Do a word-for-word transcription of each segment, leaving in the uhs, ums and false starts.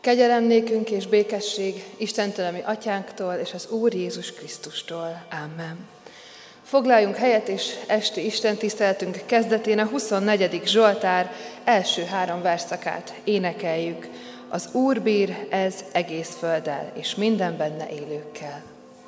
Kegyelem nékünk és békesség Istentől, a mi atyánktól, és az Úr Jézus Krisztustól. Amen. Foglaljunk helyet, és esti istentiszteletünk kezdetén a huszonnegyedik Zsoltár első három versszakát énekeljük. Az Úr bír ez egész földdel, és minden benne élőkkel.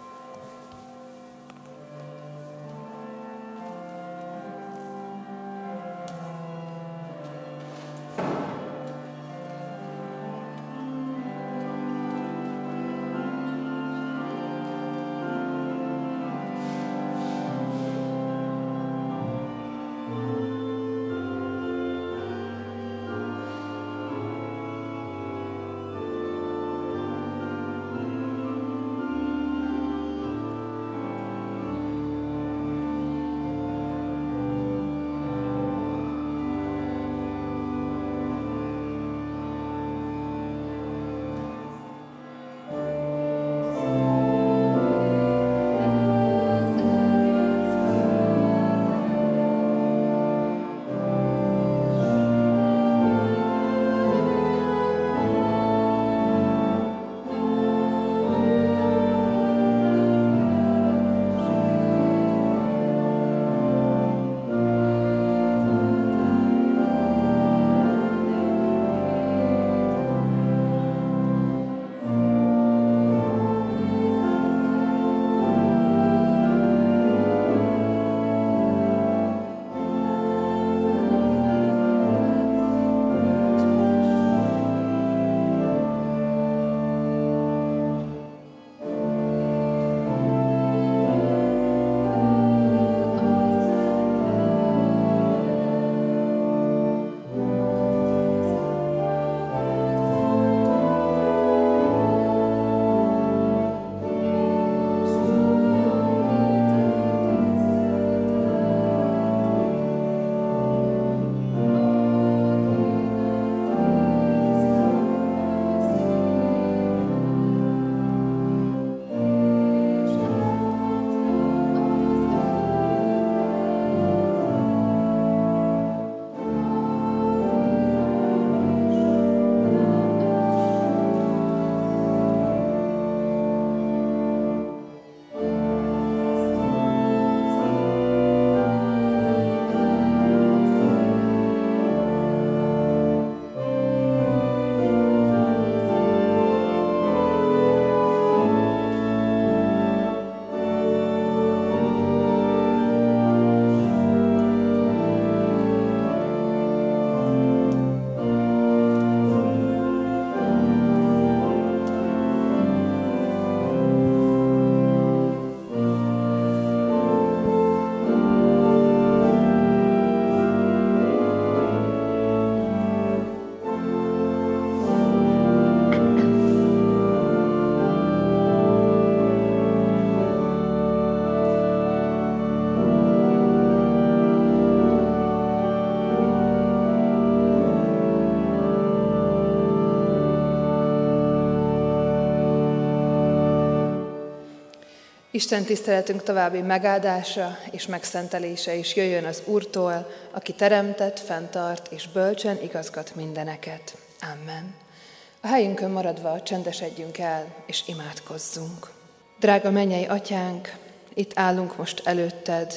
Isten tiszteletünk további megáldása és megszentelése is jöjjön az Úrtól, aki teremtett, fenntart és bölcsen igazgat mindeneket. Amen. A helyünkön maradva csendesedjünk el és imádkozzunk. Drága mennyei Atyánk, itt állunk most előtted.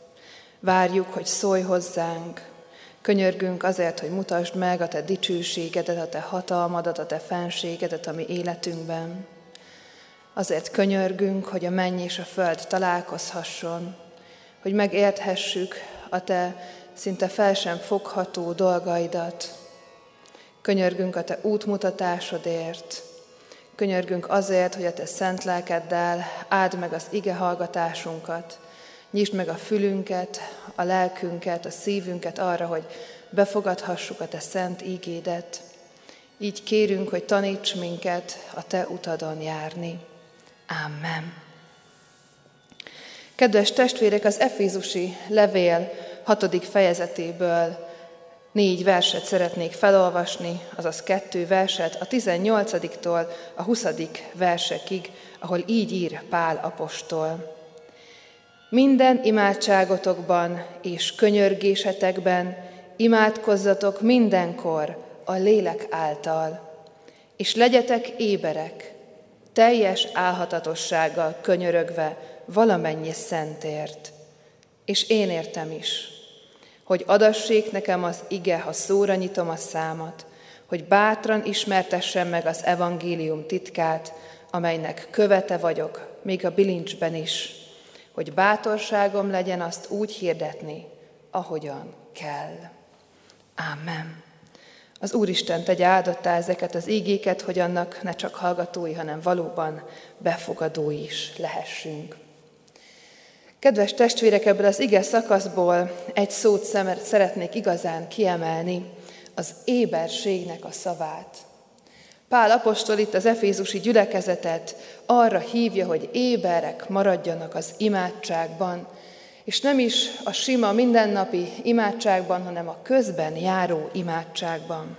Várjuk, hogy szólj hozzánk. Könyörgünk azért, hogy mutasd meg a te dicsőségedet, a te hatalmadat, a te fenségedet a mi életünkben. Azért könyörgünk, hogy a menny és a föld találkozhasson, hogy megérthessük a te szinte fel sem fogható dolgaidat. Könyörgünk a te útmutatásodért. Könyörgünk azért, hogy a te szent lelkeddel áld meg az ige hallgatásunkat, nyisd meg a fülünket, a lelkünket, a szívünket arra, hogy befogadhassuk a te szent ígédet. Így kérünk, hogy taníts minket a te utadon járni. Amen. Kedves testvérek, az Efézusi levél hatodik fejezetéből négy verset szeretnék felolvasni, azaz kettő verset, a tizennyolcadiktól a huszadik versekig, ahol így ír Pál apostol. Minden imádságotokban és könyörgésetekben imádkozzatok mindenkor a lélek által, és legyetek éberek, teljes álhatatossággal könyörögve valamennyi szentért, és én értem is, hogy adassék nekem az ige, ha szóra nyitom a számat, hogy bátran ismertessem meg az evangélium titkát, amelynek követe vagyok, még a bilincsben is, hogy bátorságom legyen azt úgy hirdetni, ahogyan kell. Ámen. Az Úristen tegye áldottá ezeket az ígéket, hogy annak ne csak hallgatói, hanem valóban befogadói is lehessünk. Kedves testvérek, ebből az ige szakaszból egy szót szeretnék igazán kiemelni, az éberségnek a szavát. Pál apostol itt az efézusi gyülekezetet arra hívja, hogy éberek maradjanak az imádságban, és nem is a sima mindennapi imádságban, hanem a közben járó imádságban.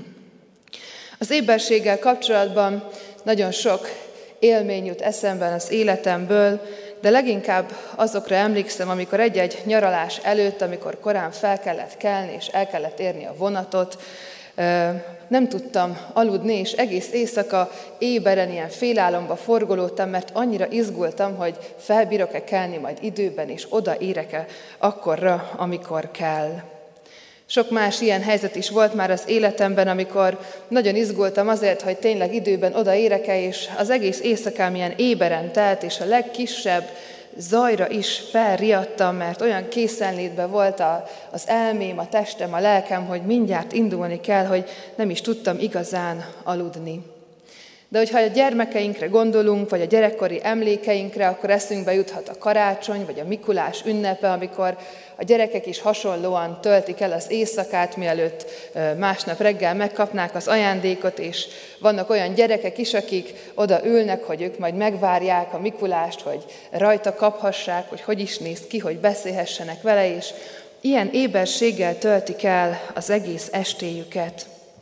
Az éberséggel kapcsolatban nagyon sok élmény jut eszemben az életemből, de leginkább azokra emlékszem, amikor egy-egy nyaralás előtt, amikor korán fel kellett kelni, és el kellett érni a vonatot, nem tudtam aludni, és egész éjszaka éberen ilyen félálomba forgolódtam, mert annyira izgultam, hogy felbírok-e kelni majd időben, és odaérek-e akkorra, amikor kell. Sok más ilyen helyzet is volt már az életemben, amikor nagyon izgultam azért, hogy tényleg időben odaérek-e, és az egész éjszakám ilyen éberen telt, és a legkisebb zajra is felriadtam, mert olyan készenlétben volt a, az elmém, a testem, a lelkem, hogy mindjárt indulni kell, hogy nem is tudtam igazán aludni. De hogyha a gyermekeinkre gondolunk, vagy a gyerekkori emlékeinkre, akkor eszünkbe juthat a karácsony, vagy a Mikulás ünnepe, amikor a gyerekek is hasonlóan töltik el az éjszakát, mielőtt másnap reggel megkapnák az ajándékot, és vannak olyan gyerekek is, akik oda ülnek, hogy ők majd megvárják a Mikulást, hogy rajta kaphassák, hogy hogy is néz ki, hogy beszélhessenek vele, és ilyen éberséggel töltik el az egész estéjüket.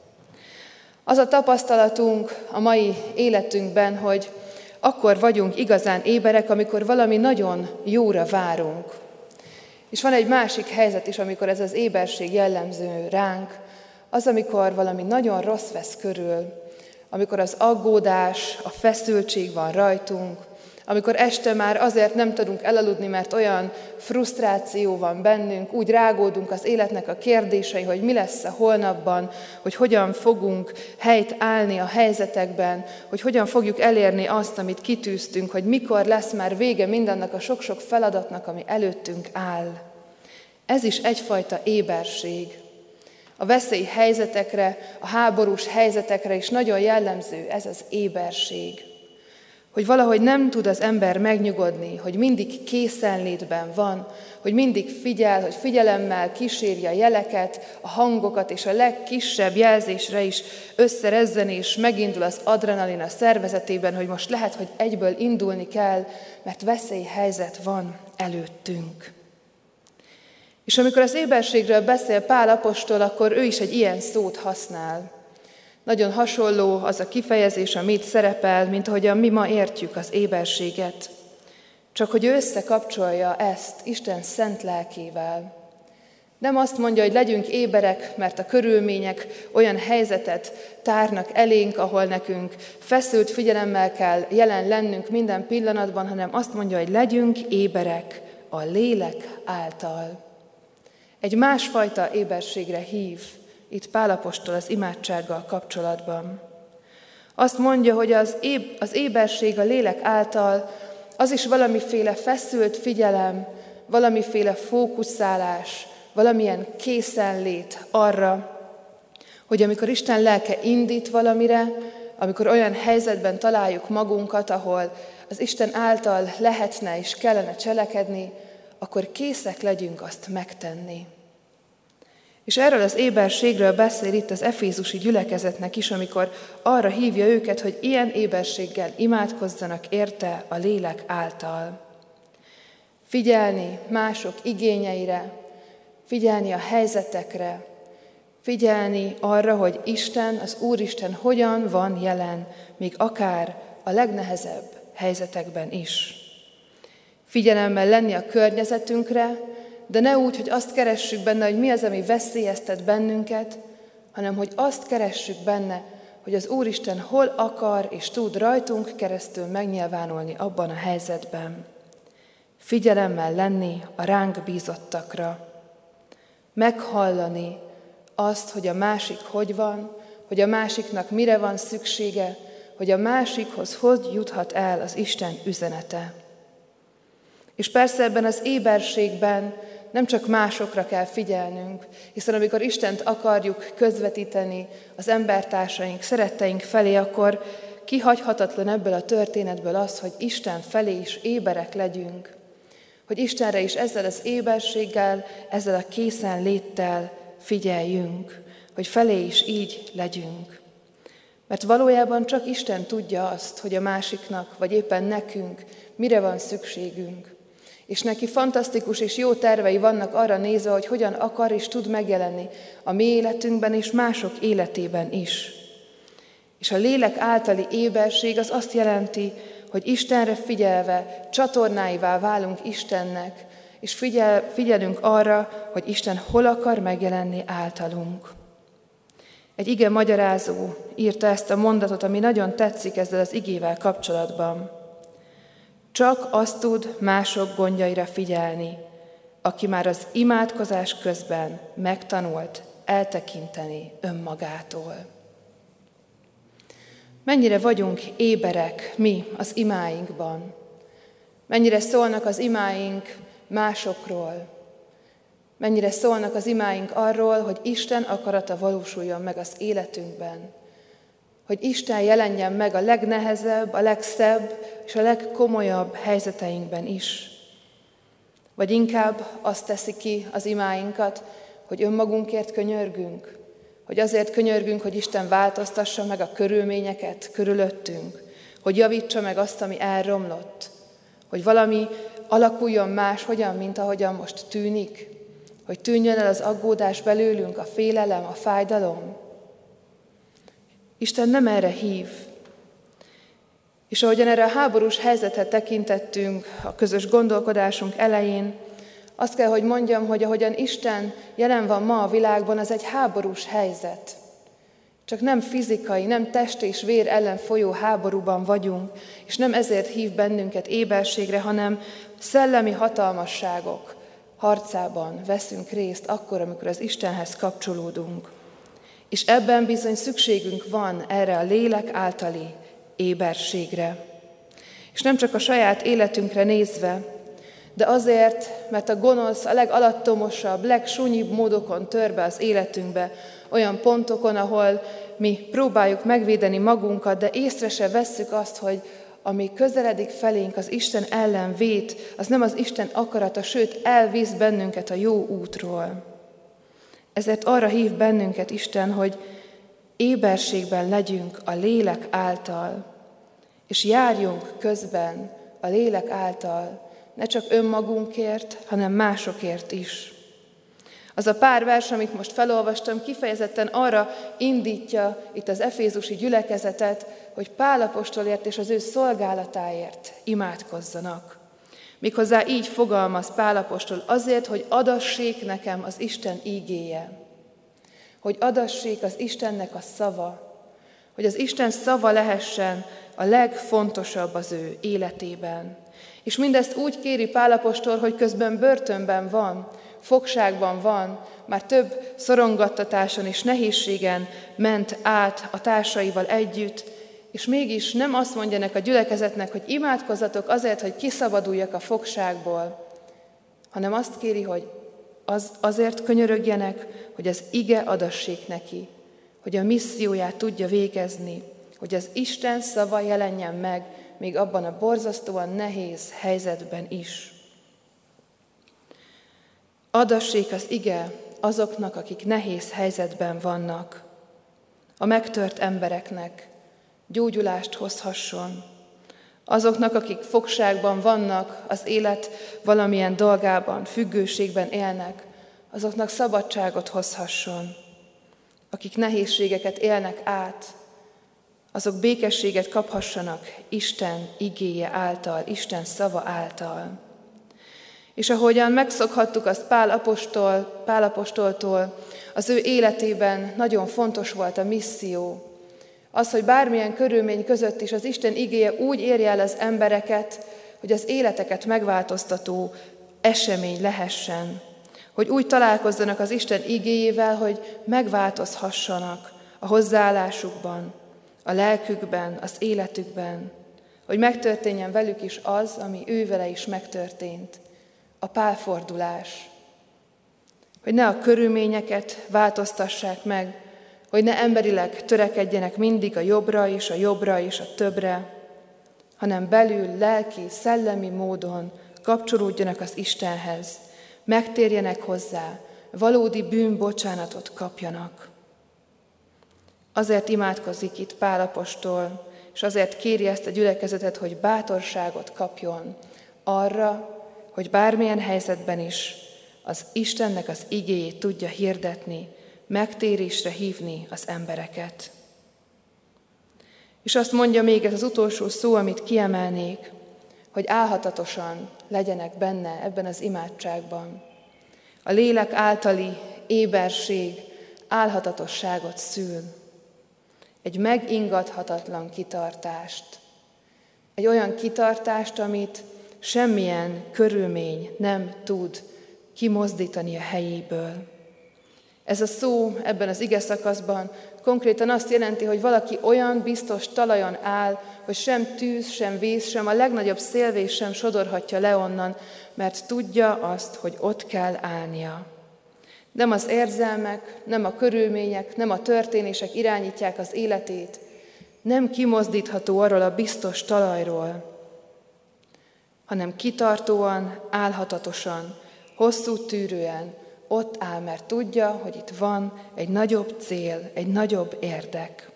Az a tapasztalatunk a mai életünkben, hogy akkor vagyunk igazán éberek, amikor valami nagyon jóra várunk. És van egy másik helyzet is, amikor ez az éberség jellemző ránk, az, amikor valami nagyon rossz vesz körül, amikor az aggódás, a feszültség van rajtunk, amikor este már azért nem tudunk elaludni, mert olyan frusztráció van bennünk, úgy rágódunk az életnek a kérdései, hogy mi lesz a holnapban, hogy hogyan fogunk helyt állni a helyzetekben, hogy hogyan fogjuk elérni azt, amit kitűztünk, hogy mikor lesz már vége mindannak a sok-sok feladatnak, ami előttünk áll. Ez is egyfajta éberség. A veszélyhelyzetekre, a háborús helyzetekre is nagyon jellemző ez az éberség. Hogy valahogy nem tud az ember megnyugodni, hogy mindig készenlétben van, hogy mindig figyel, hogy figyelemmel kíséri a jeleket, a hangokat, és a legkisebb jelzésre is összerezzen, és megindul az adrenalin a szervezetében, hogy most lehet, hogy egyből indulni kell, mert veszélyhelyzet van előttünk. És amikor az éberségről beszél Pál apostol, akkor ő is egy ilyen szót használ. Nagyon hasonló az a kifejezés, ami itt szerepel, mint ahogyan mi ma értjük az éberséget. Csak hogy ő összekapcsolja ezt Isten szent lelkével. Nem azt mondja, hogy legyünk éberek, mert a körülmények olyan helyzetet tárnak elénk, ahol nekünk feszült figyelemmel kell jelen lennünk minden pillanatban, hanem azt mondja, hogy legyünk éberek a lélek által. Egy másfajta éberségre hív itt Pál apostol az imádsággal kapcsolatban. Azt mondja, hogy az, éb, az éberség a lélek által az is valamiféle feszült figyelem, valamiféle fókuszálás, valamilyen készenlét arra, hogy amikor Isten lelke indít valamire, amikor olyan helyzetben találjuk magunkat, ahol az Isten által lehetne és kellene cselekedni, akkor készek legyünk azt megtenni. És erről az éberségről beszél itt az efézusi gyülekezetnek is, amikor arra hívja őket, hogy ilyen éberséggel imádkozzanak érte a lélek által. Figyelni mások igényeire, figyelni a helyzetekre, figyelni arra, hogy Isten, az Úristen hogyan van jelen, még akár a legnehezebb helyzetekben is. Figyelemmel lenni a környezetünkre, de ne úgy, hogy azt keressük benne, hogy mi az, ami veszélyeztet bennünket, hanem hogy azt keressük benne, hogy az Úristen hol akar és tud rajtunk keresztül megnyilvánulni abban a helyzetben. Figyelemmel lenni a ránk bízottakra. Meghallani azt, hogy a másik hogy van, hogy a másiknak mire van szüksége, hogy a másikhoz hogy juthat el az Isten üzenete. És persze ebben az éberségben nem csak másokra kell figyelnünk, hiszen amikor Istent akarjuk közvetíteni az embertársaink, szeretteink felé, akkor kihagyhatatlan ebből a történetből az, hogy Isten felé is éberek legyünk, hogy Istenre is ezzel az éberséggel, ezzel a készenléttel figyeljünk, hogy felé is így legyünk. Mert valójában csak Isten tudja azt, hogy a másiknak, vagy éppen nekünk mire van szükségünk. És neki fantasztikus és jó tervei vannak arra nézve, hogy hogyan akar és tud megjelenni a mi életünkben és mások életében is. És a lélek általi éberség az azt jelenti, hogy Istenre figyelve csatornáivá válunk Istennek, és figyel, figyelünk arra, hogy Isten hol akar megjelenni általunk. Egy ige magyarázó írta ezt a mondatot, ami nagyon tetszik ezzel az igével kapcsolatban. Csak azt tud mások gondjaira figyelni, aki már az imádkozás közben megtanult eltekinteni önmagától. Mennyire vagyunk éberek mi az imáinkban? Mennyire szólnak az imáink másokról? Mennyire szólnak az imáink arról, hogy Isten akarata valósuljon meg az életünkben? Hogy Isten jelenjen meg a legnehezebb, a legszebb és a legkomolyabb helyzeteinkben is. Vagy inkább azt teszi ki az imáinkat, hogy önmagunkért könyörgünk, hogy azért könyörgünk, hogy Isten változtassa meg a körülményeket körülöttünk, hogy javítsa meg azt, ami elromlott, hogy valami alakuljon más, hogyan, mint ahogyan most tűnik, hogy tűnjön el az aggódás belőlünk, a félelem, a fájdalom. Isten nem erre hív. És ahogyan erre a háborús helyzetre tekintettünk a közös gondolkodásunk elején, azt kell, hogy mondjam, hogy ahogyan Isten jelen van ma a világban, az egy háborús helyzet. Csak nem fizikai, nem test és vér ellen folyó háborúban vagyunk, és nem ezért hív bennünket éberségre, hanem szellemi hatalmasságok harcában veszünk részt akkor, amikor az Istenhez kapcsolódunk. És ebben bizony szükségünk van erre a lélek általi éberségre. És nem csak a saját életünkre nézve, de azért, mert a gonosz a legalattomosabb, legsúnyibb módokon tör be az életünkbe, olyan pontokon, ahol mi próbáljuk megvédeni magunkat, de észre se vesszük azt, hogy ami közeledik felénk, az Isten ellen vét, az nem az Isten akarata, sőt elvisz bennünket a jó útról. Ezért arra hív bennünket Isten, hogy éberségben legyünk a lélek által, és járjunk közben a lélek által, ne csak önmagunkért, hanem másokért is. Az a pár vers, amit most felolvastam, kifejezetten arra indítja itt az efézusi gyülekezetet, hogy Pál apostolért és az ő szolgálatáért imádkozzanak. Méghozzá így fogalmaz Pál apostol, azért, hogy adassék nekem az Isten ígéje, hogy adassék az Istennek a szava, hogy az Isten szava lehessen a legfontosabb az ő életében. És mindezt úgy kéri Pál apostol, hogy közben börtönben van, fogságban van, már több szorongattatáson és nehézségen ment át a társaival együtt, és mégis nem azt mondja nek a gyülekezetnek, hogy imádkozzatok azért, hogy kiszabaduljak a fogságból, hanem azt kéri, hogy az, azért könyörögjenek, hogy az ige adassék neki, hogy a misszióját tudja végezni, hogy az Isten szava jelenjen meg, még abban a borzasztóan nehéz helyzetben is. Adassék az ige azoknak, akik nehéz helyzetben vannak, a megtört embereknek gyógyulást hozhasson, azoknak, akik fogságban vannak, az élet valamilyen dolgában, függőségben élnek, azoknak szabadságot hozhasson, akik nehézségeket élnek át, azok békességet kaphassanak Isten igéje által, Isten szava által. És ahogyan megszokhattuk azt Pál apostol, Pál apostoltól, az ő életében nagyon fontos volt a misszió, Az, hogy bármilyen körülmény között is az Isten igéje úgy érje el az embereket, hogy az életeket megváltoztató esemény lehessen. Hogy úgy találkozzanak az Isten igéjével, hogy megváltozhassanak a hozzáállásukban, a lelkükben, az életükben. Hogy megtörténjen velük is az, ami ő vele is megtörtént. A pálfordulás. Hogy ne a körülményeket változtassák meg, hogy ne emberileg törekedjenek mindig a jobbra és a jobbra és a többre, hanem belül lelki, szellemi módon kapcsolódjanak az Istenhez, megtérjenek hozzá, valódi bűnbocsánatot kapjanak. Azért imádkozik itt Pál apostol, és azért kéri ezt a gyülekezetet, hogy bátorságot kapjon arra, hogy bármilyen helyzetben is az Istennek az igéjét tudja hirdetni, megtérésre hívni az embereket. És azt mondja még, ez az utolsó szó, amit kiemelnék, hogy álhatatosan legyenek benne ebben az imádságban. A lélek általi éberség álhatatosságot szül. Egy megingathatatlan kitartást. Egy olyan kitartást, amit semmilyen körülmény nem tud kimozdítani a helyéből. Ez a szó ebben az ige szakaszban konkrétan azt jelenti, hogy valaki olyan biztos talajon áll, hogy sem tűz, sem víz, sem a legnagyobb szélvés sem sodorhatja le onnan, mert tudja azt, hogy ott kell állnia. Nem az érzelmek, nem a körülmények, nem a történések irányítják az életét, nem kimozdítható arról a biztos talajról, hanem kitartóan, álhatatosan, hosszú tűrően ott áll, mert tudja, hogy itt van egy nagyobb cél, egy nagyobb érdek.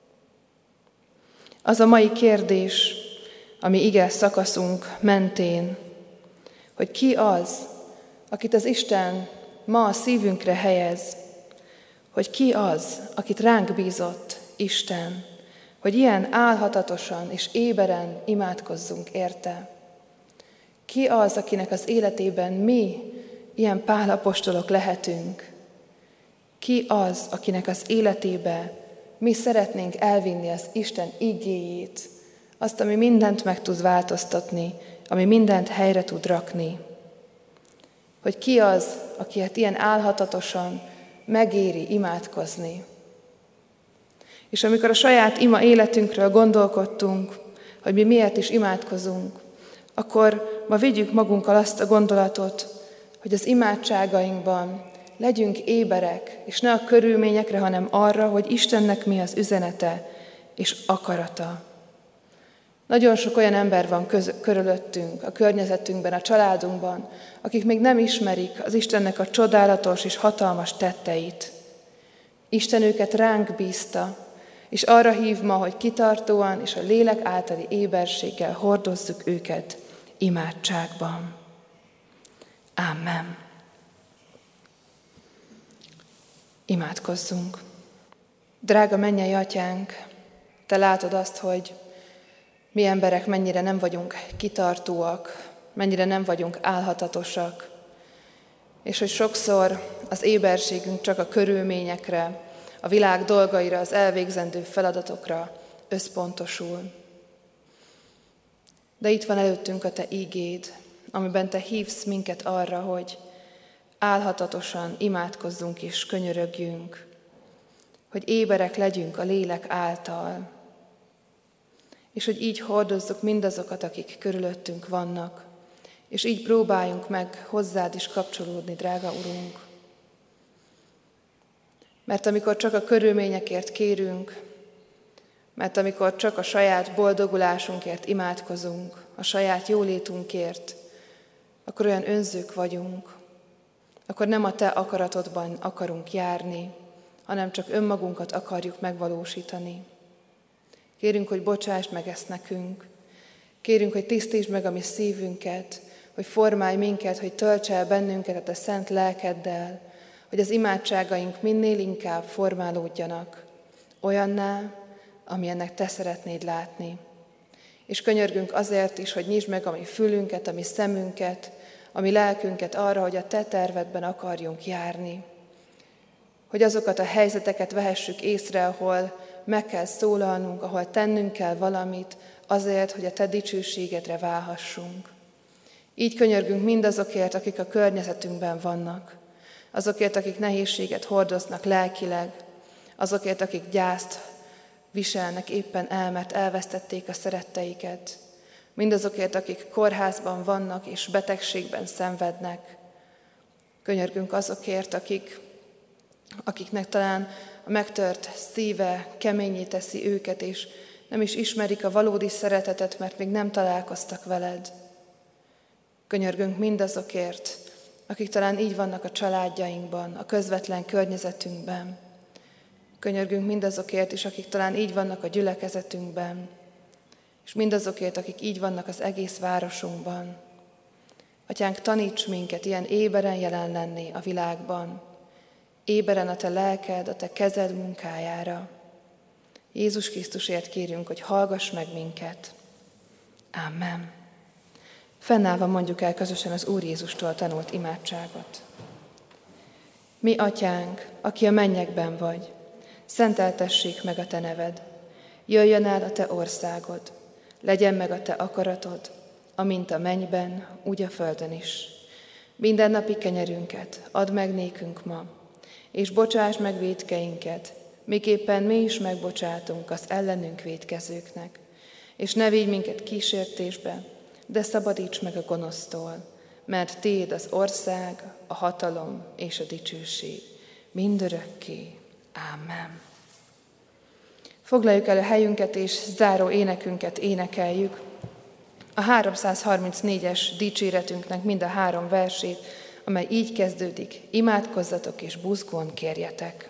Az a mai kérdés, ami ige szakaszunk mentén, hogy ki az, akit az Isten ma a szívünkre helyez, hogy ki az, akit ránk bízott Isten, hogy ilyen álhatatosan és éberen imádkozzunk érte. Ki az, akinek az életében mi ilyen Pál apostolok lehetünk? Ki az, akinek az életébe mi szeretnénk elvinni az Isten igéjét, azt, ami mindent meg tud változtatni, ami mindent helyre tud rakni? Hogy ki az, aki hát ilyen álhatatosan megéri imádkozni? És amikor a saját ima életünkről gondolkodtunk, hogy mi miért is imádkozunk, akkor ma vigyük magunkkal azt a gondolatot, hogy az imádságainkban legyünk éberek, és ne a körülményekre, hanem arra, hogy Istennek mi az üzenete és akarata. Nagyon sok olyan ember van köz- körülöttünk, a környezetünkben, a családunkban, akik még nem ismerik az Istennek a csodálatos és hatalmas tetteit. Isten őket ránk bízta, és arra hív ma, hogy kitartóan és a lélek általi éberséggel hordozzuk őket imádságban. Amen. Imádkozzunk. Drága mennyei Atyánk, Te látod azt, hogy mi emberek mennyire nem vagyunk kitartóak, mennyire nem vagyunk álhatatosak, és hogy sokszor az éberségünk csak a körülményekre, a világ dolgaira, az elvégzendő feladatokra összpontosul. De itt van előttünk a Te ígéd, amiben Te hívsz minket arra, hogy álhatatosan imádkozzunk és könyörögjünk, hogy éberek legyünk a lélek által, és hogy így hordozzuk mindazokat, akik körülöttünk vannak, és így próbáljunk meg hozzád is kapcsolódni, drága Urunk. Mert amikor csak a körülményekért kérünk, mert amikor csak a saját boldogulásunkért imádkozunk, a saját jólétunkért, akkor olyan önzők vagyunk, akkor nem a Te akaratodban akarunk járni, hanem csak önmagunkat akarjuk megvalósítani. Kérünk, hogy bocsásd meg ezt nekünk. Kérünk, hogy tisztítsd meg a mi szívünket, hogy formálj minket, hogy tölts el bennünket a Te szent lelkeddel, hogy az imádságaink minél inkább formálódjanak olyanná, amilyennek Te szeretnéd látni. És könyörgünk azért is, hogy nyisd meg a mi fülünket, a mi szemünket, a mi lelkünket arra, hogy a Te tervedben akarjunk járni. Hogy azokat a helyzeteket vehessük észre, ahol meg kell szólalnunk, ahol tennünk kell valamit azért, hogy a Te dicsőségedre válhassunk. Így könyörgünk mindazokért, akik a környezetünkben vannak, azokért, akik nehézséget hordoznak lelkileg, azokért, akik gyászt viselnek éppen el, mert elvesztették a szeretteiket, mindazokért, akik kórházban vannak és betegségben szenvednek. Könyörgünk azokért, akik, akiknek talán a megtört szíve keményé teszi őket, és nem is ismerik a valódi szeretetet, mert még nem találkoztak veled. Könyörgünk mindazokért, akik talán így vannak a családjainkban, a közvetlen környezetünkben. Könyörgünk mindazokért is, akik talán így vannak a gyülekezetünkben, és mindazokért, akik így vannak az egész városunkban. Atyánk, taníts minket ilyen éberen jelen lenni a világban, éberen a Te lelked, a Te kezed munkájára. Jézus Krisztusért kérünk, hogy hallgass meg minket. Amen. Fennállva mondjuk el közösen az Úr Jézustól tanult imádságot. Mi, Atyánk, aki a mennyekben vagy, szenteltessék meg a Te neved. Jöjjön el a Te országod, legyen meg a Te akaratod, amint a mennyben, úgy a földön is. Mindennapi kenyerünket add meg nékünk ma, és bocsáss meg vétkeinket, miképpen mi is megbocsátunk az ellenünk vétkezőknek. És ne vigy minket kísértésbe, de szabadíts meg a gonosztól, mert Tiéd az ország, a hatalom és a dicsőség mindörökké. Ámen. Foglaljuk el a helyünket, és záró énekünket énekeljük. A háromszázharmincnégyes dicséretünknek mind a három versét, amely így kezdődik: imádkozzatok és buzgón kérjetek.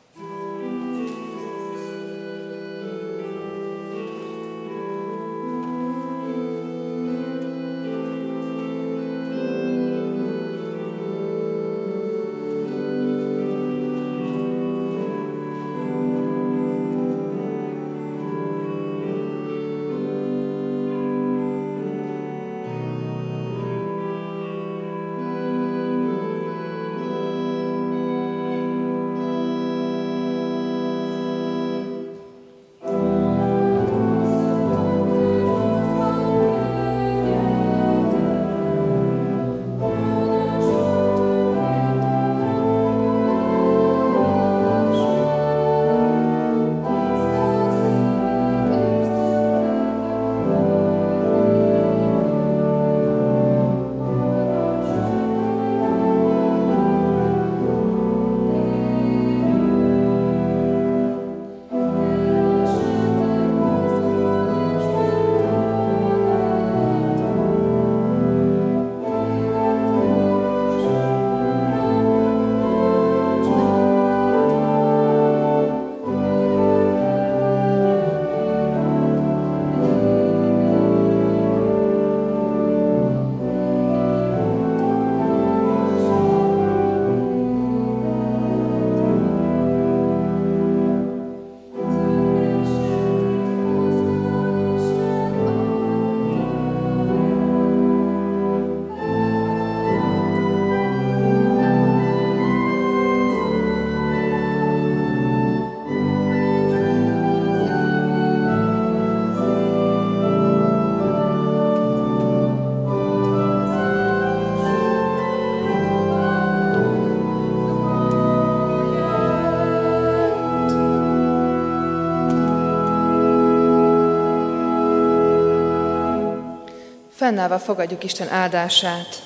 Fennállva fogadjuk Isten áldását.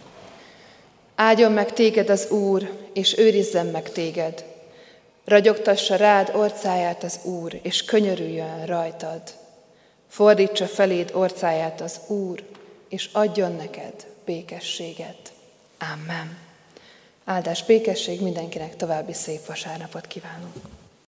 Áldjon meg téged az Úr, és őrizzen meg téged. Ragyogtassa rád orcáját az Úr, és könyörüljön rajtad. Fordítsa feléd orcáját az Úr, és adjon neked békességet. Amen. Áldás, békesség, mindenkinek további szép vasárnapot kívánunk.